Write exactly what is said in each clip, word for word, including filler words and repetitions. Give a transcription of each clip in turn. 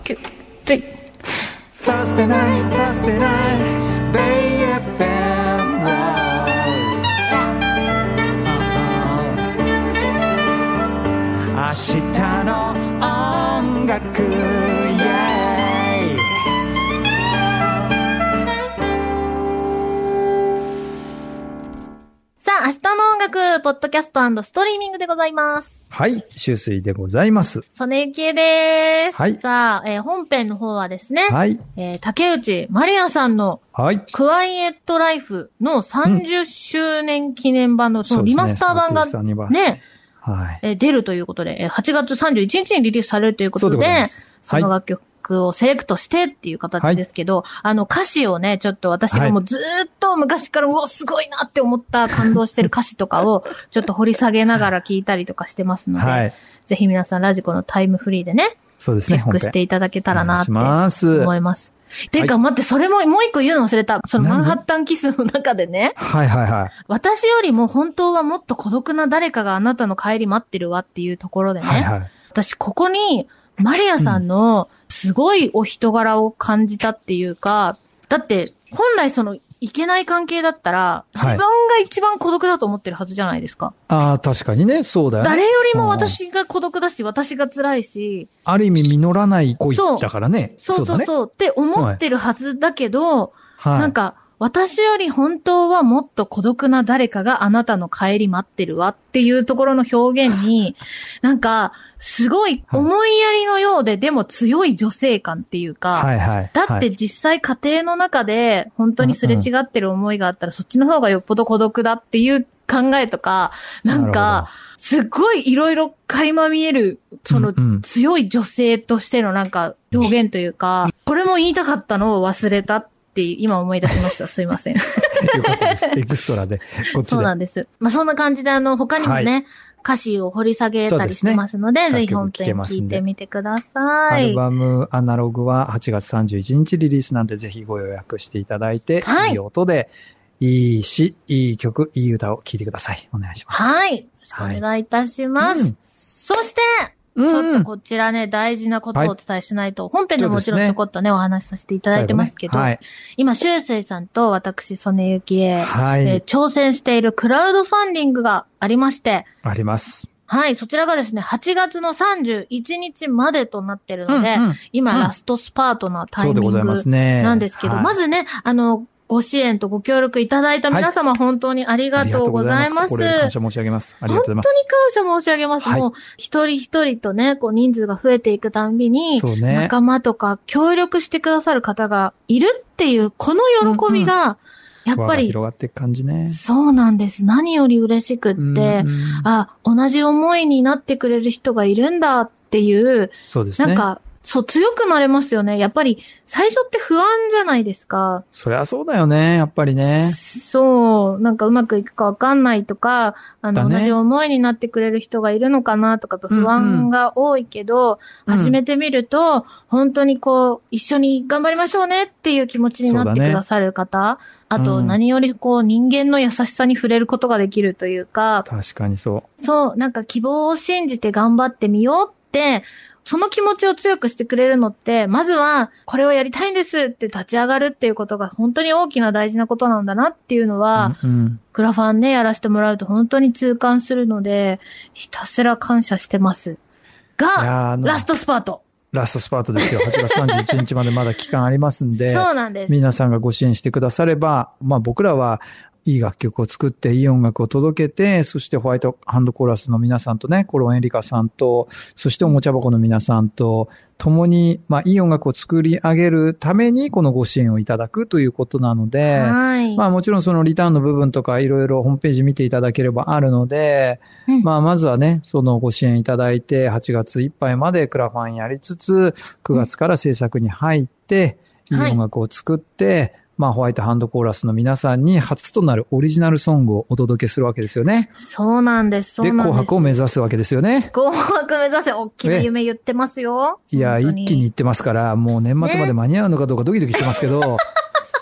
two, three. Thursday night, Thursday night, Bay エフエム。明日の音楽、イエーイ。さあ、明日の音楽、ポッドキャスト&ストリーミングでございます。 はい、秋水でございます。 曽根ゆきえです。 はい。 さあ、えー、本編の方はですね、 はい。 えー、竹内まりやさんの、はい。クワイエットライフのさんじゅっしゅうねん記念版の、そのリマスター版がね、はい。えー、出るということで、はちがつさんじゅういちにちにリリースされるということで、でその楽曲をセレクトしてっていう形ですけど、はい、あの歌詞をね、ちょっと私がもうずーっと昔から、うわ、すごいなって思った感動してる歌詞とかをちょっと掘り下げながら聞いたりとかしてますので、はい、ぜひ皆さんラジコのタイムフリーでね、 そうですね、 チェックしていただけたらなって思います。ていうか、はい、待って、それももう一個言うの忘れた。そのマンハッタンキスの中でね。 はいはいはい。 私よりも本当はもっと孤独な誰かがあなたの帰り待ってるわっていうところでね。はいはい、私、ここに、マリアさんのすごいお人柄を感じたっていうか、うん、だって、本来その、いけない関係だったら、自分が一番孤独だと思ってるはずじゃないですか。 はい、ああ、確かにね、そうだよね。 誰よりも私が孤独だし、私が辛いし。 ある意味実らない恋だからね。 そうそうそうそう、ね、って思ってるはずだけど、はい、なんか、私より本当はもっと孤独な誰かがあなたの帰り待ってるわっていうところの表現に、なんか、すごい思いやりのようで、でも強い女性感っていうか、はいはい、だって実際家庭の中で本当にすれ違ってる思いがあったら、そっちの方がよっぽど孤独だっていう考えとか、なんか、すっごいいろいろ垣間見える、その強い女性としてのなんか表現というか、これも言いたかったのを忘れたって今思い出しました。すいません。よかったです。エクストラで。こっちで。 そうなんです。まあ、そんな感じで、あの、他にもね、はい、歌詞を掘り下げたりしてますので、でね、ぜひ本編聞いてみてください。 アルバムアナログははちがつさんじゅういちにちリリースなんで、ぜひご予約していただいて、はい、いい音で、いい詩、いい曲、いい歌を聴いてください。お願いします。 はい。よろしくお願いいたします。はい、うん、そして、ちょっとこちらね、大事なことをお伝えしないと、はい、本編でももちろんちょこっとね、お話しさせていただいてますけど、ねはい、今、シュウスイさんと私、曽根ゆきえ、はいえー、挑戦しているクラウドファンディングがありまして、 あります。 はい、そちらがですね、はちがつのさんじゅういちにちまでとなっているので、うんうん、今、ラストスパートなタイミングなんですけど、まずね、あの、ご支援とご協力いただいた皆様、はい、本当にありがとうございます。 心より感謝申し上げます。ありがとうございます。 本当に感謝申し上げます。はい、もう、一人一人とね、こう人数が増えていくたんびに、そうね、仲間とか協力してくださる方がいるっていう、この喜びが、やっぱり、 広がっていく感じね。 そうなんです。何より嬉しくって、うんうん、あ、同じ思いになってくれる人がいるんだっていう、 そうですね。 なんか、そう、強くなれますよね。やっぱり、最初って不安じゃないですか。 そりゃそうだよね、やっぱりね。 そう、なんかうまくいくかわかんないとか、あの、ね、同じ思いになってくれる人がいるのかなとか、不安が多いけど、うんうん、始めてみると、うん、本当にこう、一緒に頑張りましょうねっていう気持ちになってくださる方、ね、あと、何よりこう、人間の優しさに触れることができるというか、 確かにそう。 そう、なんか希望を信じて頑張ってみようって、その気持ちを強くしてくれるのって、まずは、これをやりたいんですって立ち上がるっていうことが本当に大きな大事なことなんだなっていうのは、うんうん、クラファンね、やらせてもらうと本当に痛感するので、ひたすら感謝してます。が、ラストスパート。 ラストスパートですよ。はちがつさんじゅういちにちまでまだ期間ありますんで。 そうなんです。 皆さんがご支援してくだされば、まあ僕らは、いい楽曲を作っていい音楽を届けて、そしてホワイトハンドコーラスの皆さんとね、コロンエリカさんと、そしておもちゃ箱の皆さんと、共に、まあいい音楽を作り上げるためにこのご支援をいただくということなので、はい、まあもちろんそのリターンの部分とかいろいろホームページ見ていただければあるので、うん、まあまずはね、そのご支援いただいて、はちがついっぱいまでクラファンやりつつ、くがつから制作に入って、いい音楽を作って、はいまあ、ホワイトハンドコーラスの皆さんに初となるオリジナルソングをお届けするわけですよね。 そうなんです、そうなんです。 で、紅白を目指すわけですよね。 紅白目指せ、大きな夢言ってますよ。 いや、一気に言ってますから、もう年末まで間に合うのかどうかドキドキしてますけど、ね、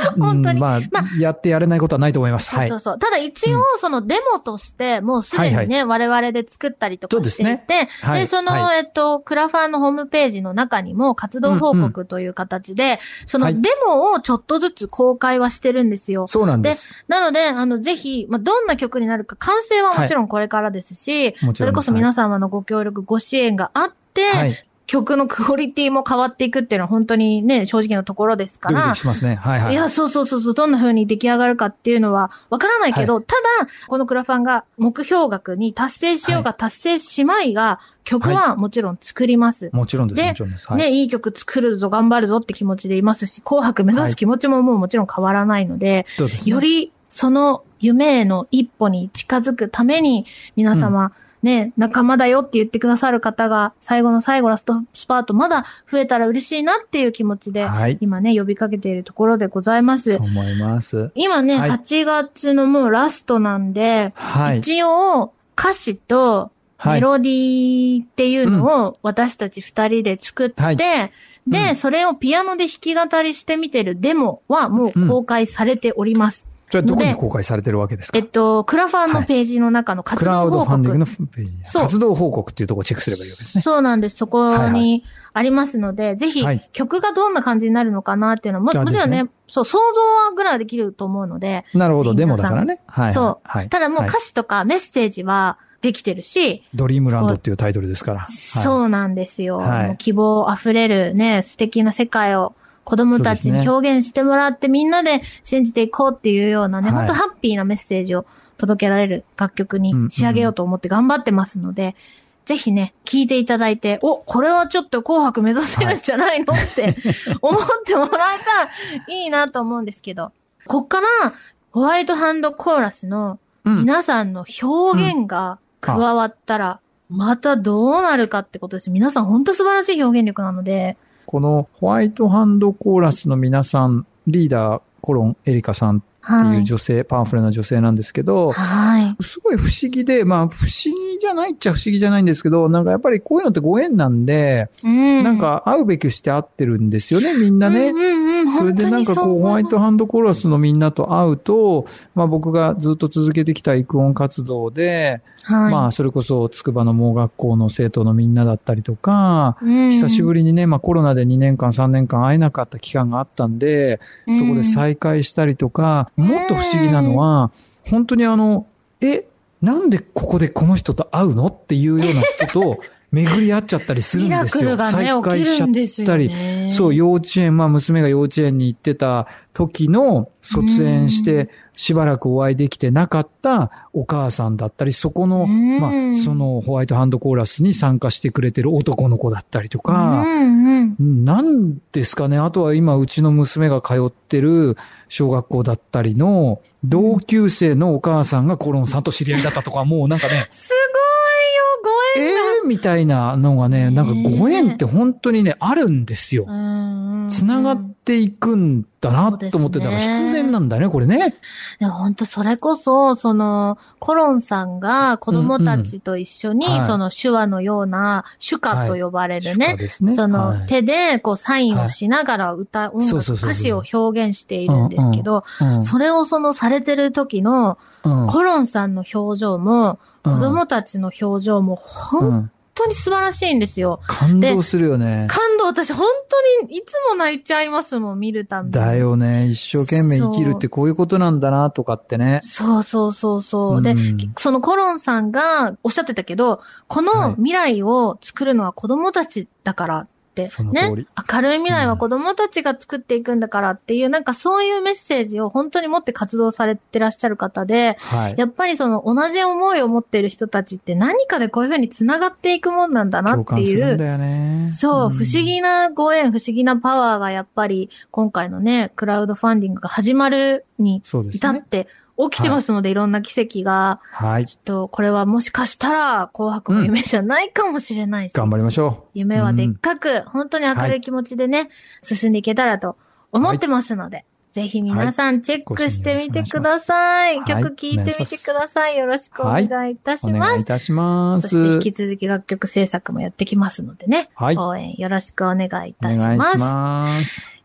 本当に。 うん、まあ、まあ、やってやれないことはないと思います。はい。 そうそうそう。ただ一応、そのデモとして、もうすでにね、はいはい、我々で作ったりとかしていて、そうですね。はい、で、その、はい、えっと、クラファンのホームページの中にも活動報告という形で、うんうん、そのデモをちょっとずつ公開はしてるんですよ。 そうなんです。 で、なので、あの、ぜひ、まあ、どんな曲になるか、完成はもちろんこれからですし、はい、それこそ皆様のご協力、ご支援があって、はい、曲のクオリティも変わっていくっていうのは本当にね、正直なところですから。 ドキドキしますね。はいはい。 いや、そうそうそうそう、どんな風に出来上がるかっていうのはわからないけど、はい、ただ、このクラファンが目標額に達成しようが達成しまいが、はい、曲はもちろん作ります。 はい、もちろんです。 で、 もちろんです。 はい、ね、いい曲作るぞ、頑張るぞって気持ちでいますし、紅白目指す気持ちももうもちろん変わらないので、はい、よりその夢への一歩に近づくために、皆様、うんね、仲間だよって言ってくださる方が最後の最後ラストスパートまだ増えたら嬉しいなっていう気持ちで、はい、今ね、呼びかけているところでございます。 そう思います。 今ね、はい、はちがつのもうラストなんで、はい、一応歌詞とメロディーっていうのを私たち二人で作って、はい、で、うん、それをピアノで弾き語りしてみてるデモはもう公開されております。うんそれはどこに公開されてるわけですか？ えっと、クラファンのページの中の活動報告。 クラウドファンディングのページ。そう。活動報告っていうところをチェックすればいいわけですね。 そうなんです。そこにありますので、はいはい、ぜひ、曲がどんな感じになるのかなっていうのも、はい、もちろんね、ねそう、想像ぐらいはできると思うので。 なるほど、デモだからね。はい、はい。 そう、はい。ただもう歌詞とかメッセージはできてるし。 ドリームランドっていうタイトルですから。 そうなんですよ。はい、もう希望あふれるね、素敵な世界を。子供たちに表現してもらって、ね、みんなで信じていこうっていうようなね、はい、本当ハッピーなメッセージを届けられる楽曲に仕上げようと思って頑張ってますので、うんうん、ぜひね、聴いていただいて、お、これはちょっと紅白目指せるんじゃないの、はい、って思ってもらえたらいいなと思うんですけど、こっからホワイトハンドコーラスの皆さんの表現が加わったら、またどうなるかってことです。皆さん本当素晴らしい表現力なので、このホワイトハンドコーラスの皆さん、リーダー、コロン、エリカさんっていう女性、はい、パワフルな女性なんですけど、はい、すごい不思議で、まあ不思議じゃないっちゃ不思議じゃないんですけど、なんかやっぱりこういうのってご縁なんで、うん、なんか会うべきして会ってるんですよね、みんなね。うんうんうん、それでなんかこう、ホワイトハンドコーラスのみんなと会うと、まあ僕がずっと続けてきた育音活動で、はい、まあそれこそ筑波の盲学校の生徒のみんなだったりとか、うん、久しぶりにね、まあコロナでにねんかんさんねんかん会えなかった期間があったんで、そこで再会したりとか、うん、もっと不思議なのは、本当にあの、え、なんでここでこの人と会うのっていうような人と巡り合っちゃったりするんですよ。 ミラクルがね、再会しちゃったり、ね。 そう、幼稚園、まあ娘が幼稚園に行ってた時の卒園して、しばらくお会いできてなかったお母さんだったり、そこの、まあ、そのホワイトハンドコーラスに参加してくれてる男の子だったりとか、うんうん、なんですかね。あとは今、うちの娘が通ってる小学校だったりの同級生のお母さんがコロンさんと知り合いだったとか、もうなんかね。 すごいよ、ご縁が。 えーみたいなのがね、なんかご縁って本当にね、あるんですよ。つながっていくんだなと思ってたら、必然なんだね、これね。 でも本当それこそ、その、コロンさんが子供たちと一緒に、うんうん、その手話のような、手歌と呼ばれるね、はいねその、はい、手でこうサインをしながら歌、はい、音楽、歌詞を表現しているんですけど、うんうん、それをそのされてる時の、うん、コロンさんの表情も、子供たちの表情も、ほん本当に素晴らしいんですよ。 感動するよね。 感動、私本当にいつも泣いちゃいますもん、見るたびに。 だよね。一生懸命生きるってこういうことなんだなとかってね。 そうそうそうそう。うん、で、そのコロンさんがおっしゃってたけど、この未来を作るのは子供たちだから。ね、明るい未来は子供たちが作っていくんだからっていう、うん、なんかそういうメッセージを本当に持って活動されてらっしゃる方で、はい、やっぱりその同じ思いを持っている人たちって何かでこういうふうに繋がっていくもんなんだなっていう。共感するんだよね。そう、うん、不思議なご縁、不思議なパワーがやっぱり今回のね、クラウドファンディングが始まるに至って、起きてますので、はい、いろんな奇跡が。はい。ちょっと、これはもしかしたら、紅白の夢じゃないかもしれないし、 うん。頑張りましょう。 夢はでっかく、うん、本当に明るい気持ちでね、はい、進んでいけたらと思ってますので、はい、ぜひ皆さんチェックしてみてください。はい、曲聴いてみてください。よろしくお願いいたします。はい、お願いいたします。 そして引き続き楽曲制作もやってきますのでね。はい。応援よろしくお願いいたします。お願いします。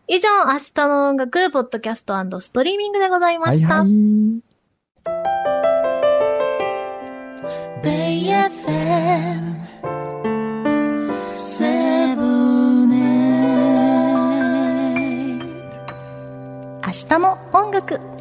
以上、明日の音楽、ポッドキャスト&ストリーミングでございました。はいはい、ベイエフエム セブンエイト 明日の音楽。